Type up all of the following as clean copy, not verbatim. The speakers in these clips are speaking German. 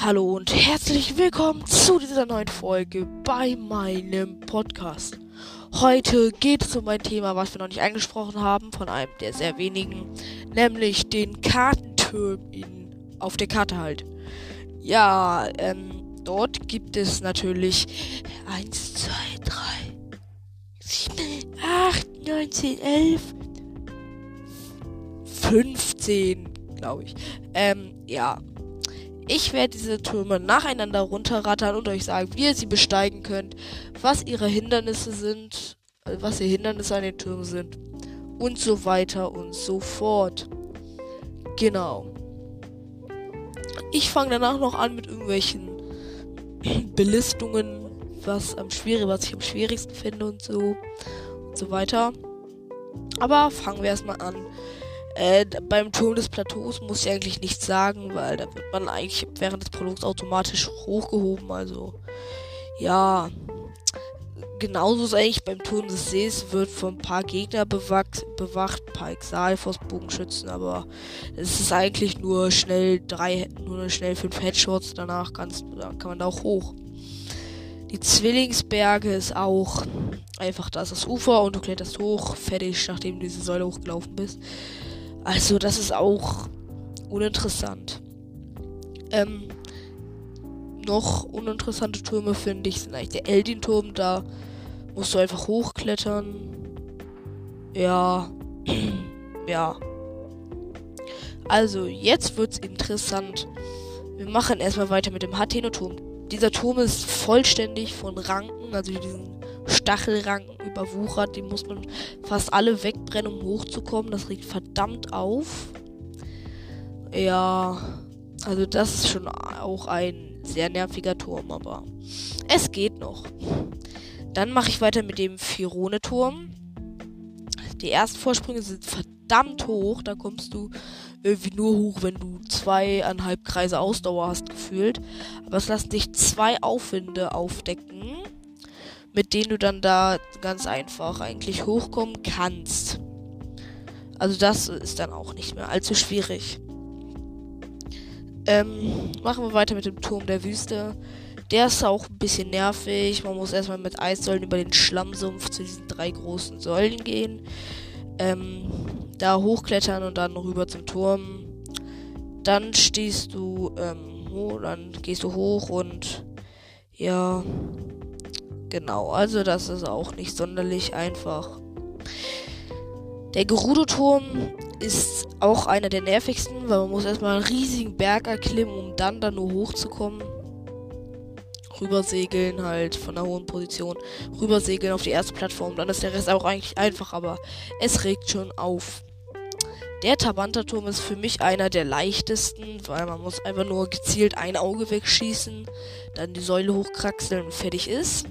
Hallo und herzlich willkommen zu dieser neuen Folge bei meinem Podcast. Heute geht es um ein Thema, was wir noch nicht angesprochen haben, von einem der sehr wenigen, nämlich den Kartentürmen auf der Karte halt. Ja, dort gibt es natürlich 1, 2, 3, 7, 8, 9, 10, 11, 15, glaube ich. Ja. Ich werde diese Türme nacheinander runterrattern und euch sagen, wie ihr sie besteigen könnt, was ihre Hindernisse sind, was die Hindernisse an den Türmen sind und so weiter und so fort. Genau. Ich fange danach noch an mit irgendwelchen Belistungen, was ich am schwierigsten finde und so weiter. Aber fangen wir erstmal an. Beim Turm des Plateaus muss ich eigentlich nichts sagen, weil da wird man eigentlich während des Prologs automatisch hochgehoben. Also, ja. Genauso ist eigentlich beim Turm des Sees, wird von ein paar Gegner bewacht, ein paar Exalforce-Bogenschützen, aber es ist eigentlich nur schnell 5 Headshots, danach kann man da auch hoch. Die Zwillingsberge ist auch einfach, da ist das Ufer und du kletterst hoch, fertig, nachdem du diese Säule hochgelaufen bist. Also, das ist auch uninteressant. Noch uninteressante Türme, finde ich, sind eigentlich der Eldin-Turm. Da musst du einfach hochklettern. Ja. Ja. Also, jetzt wird's interessant. Wir machen erstmal weiter mit dem Hateno-Turm. Dieser Turm ist vollständig von Ranken, also diesen Stachelranken überwuchert. Die muss man fast alle wegbrennen, um hochzukommen. Das regt verdammt auf. Ja, also das ist schon auch ein sehr nerviger Turm, aber es geht noch. Dann mache ich weiter mit dem Firone-Turm. Die ersten Vorsprünge sind verdammt hoch. Da kommst du irgendwie nur hoch, wenn du 2,5 Kreise Ausdauer hast, gefühlt. Aber es lassen dich 2 Aufwinde aufdecken, mit denen du dann da ganz einfach eigentlich hochkommen kannst. Also das ist dann auch nicht mehr allzu schwierig. Machen wir weiter mit dem Turm der Wüste. Der ist auch ein bisschen nervig. Man muss erstmal mit Eissäulen über den Schlammsumpf zu diesen 3 großen Säulen gehen. Da hochklettern und dann rüber zum Turm. Dann stehst du dann gehst du hoch und ja, genau, also das ist auch nicht sonderlich einfach. Der Gerudo-Turm ist auch einer der nervigsten, weil man muss erstmal einen riesigen Berg erklimmen, um dann da nur hochzukommen. Rübersegeln halt von einer hohen Position. Rübersegeln auf die erste Plattform. Dann ist der Rest auch eigentlich einfach, aber es regt schon auf. Der Tabanta-Turm ist für mich einer der leichtesten, weil man muss einfach nur gezielt ein Auge wegschießen, dann die Säule hochkraxeln und fertig ist.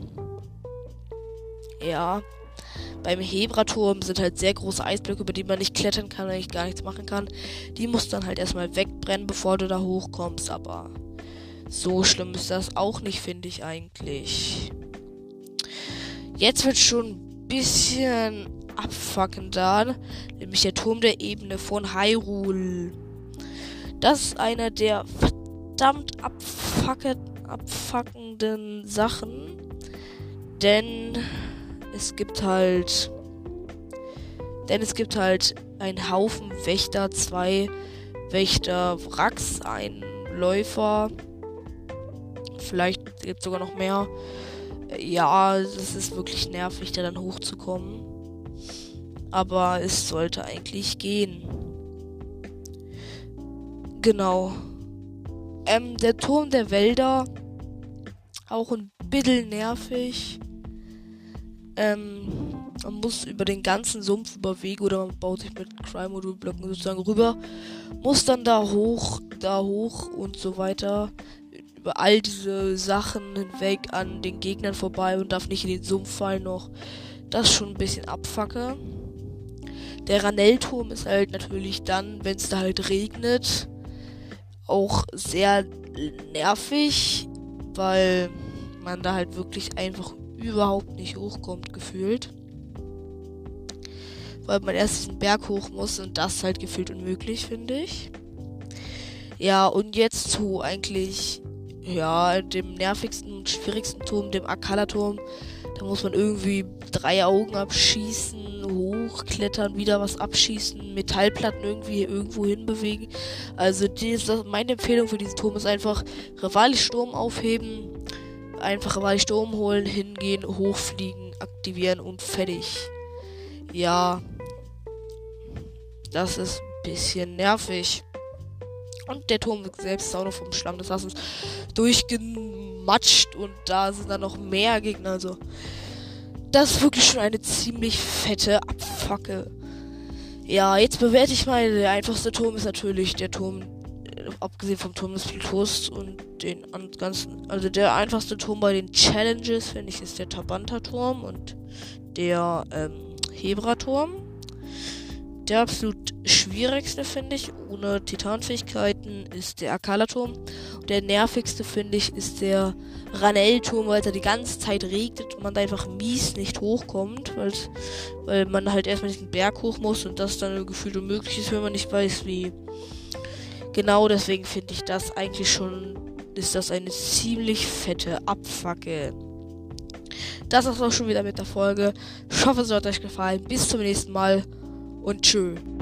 Ja. Beim Hebra-Turm sind halt sehr große Eisblöcke, über die man nicht klettern kann, eigentlich gar nichts machen kann. Die musst du dann halt erstmal wegbrennen, bevor du da hochkommst, aber so schlimm ist das auch nicht, finde ich eigentlich. Jetzt wird schon ein bisschen abfuckender, nämlich der Turm der Ebene von Hyrule. Das ist einer der verdammt abfuckenden Sachen, denn es gibt halt einen Haufen Wächter, 2 Wächter-Wracks, einen Läufer, vielleicht gibt es sogar noch mehr. Ja, es ist wirklich nervig, da dann hochzukommen. Aber es sollte eigentlich gehen. Genau. Der Turm der Wälder. Auch ein bisschen nervig. Man muss über den ganzen Sumpf überwegen oder man baut sich mit Cryo-Modul-Blöcken sozusagen rüber. Muss dann da hoch und so weiter. Über all diese Sachen hinweg an den Gegnern vorbei und darf nicht in den Sumpf fallen noch. Das ist schon ein bisschen Abfacke. Der Ranell-Turm ist halt natürlich dann, wenn es da halt regnet, auch sehr nervig, weil man da halt wirklich einfach überhaupt nicht hochkommt, gefühlt. Weil man erst diesen Berg hoch muss und das ist halt gefühlt unmöglich, finde ich. Ja, und jetzt zu eigentlich ja, dem nervigsten und schwierigsten Turm, dem Akala-Turm. Da muss man irgendwie 3 Augen abschießen, hochklettern, wieder was abschießen, Metallplatten irgendwie irgendwo hinbewegen. Also meine Empfehlung für diesen Turm ist einfach Revali-Sturm aufheben, einfach Revali-Sturm holen, hingehen, hochfliegen, aktivieren und fertig. Ja, das ist ein bisschen nervig. Und der Turm selbst ist auch noch vom Schlamm des Hassens durchgematscht und da sind dann noch mehr Gegner. Also, das ist wirklich schon eine ziemlich fette Abfacke. Ja, jetzt bewerte ich mal. Der einfachste Turm ist natürlich der Turm, abgesehen vom Turm des Plateaus und den ganzen. Also, der einfachste Turm bei den Challenges, finde ich, ist der Tabanta-Turm und der Hebra-Turm. Der absolut schwierigste, finde ich, ohne Titanfähigkeiten, ist der Akala-Turm. Der nervigste, finde ich, ist der Ranell-Turm, weil es da die ganze Zeit regnet und man da einfach mies nicht hochkommt, weil man halt erstmal diesen Berg hoch muss und das dann gefühlt unmöglich ist, wenn man nicht weiß, wie. Genau deswegen finde ich das eigentlich schon, ist das eine ziemlich fette Abfacke. Das war's auch schon wieder mit der Folge. Ich hoffe, es hat euch gefallen. Bis zum nächsten Mal. Und tschö.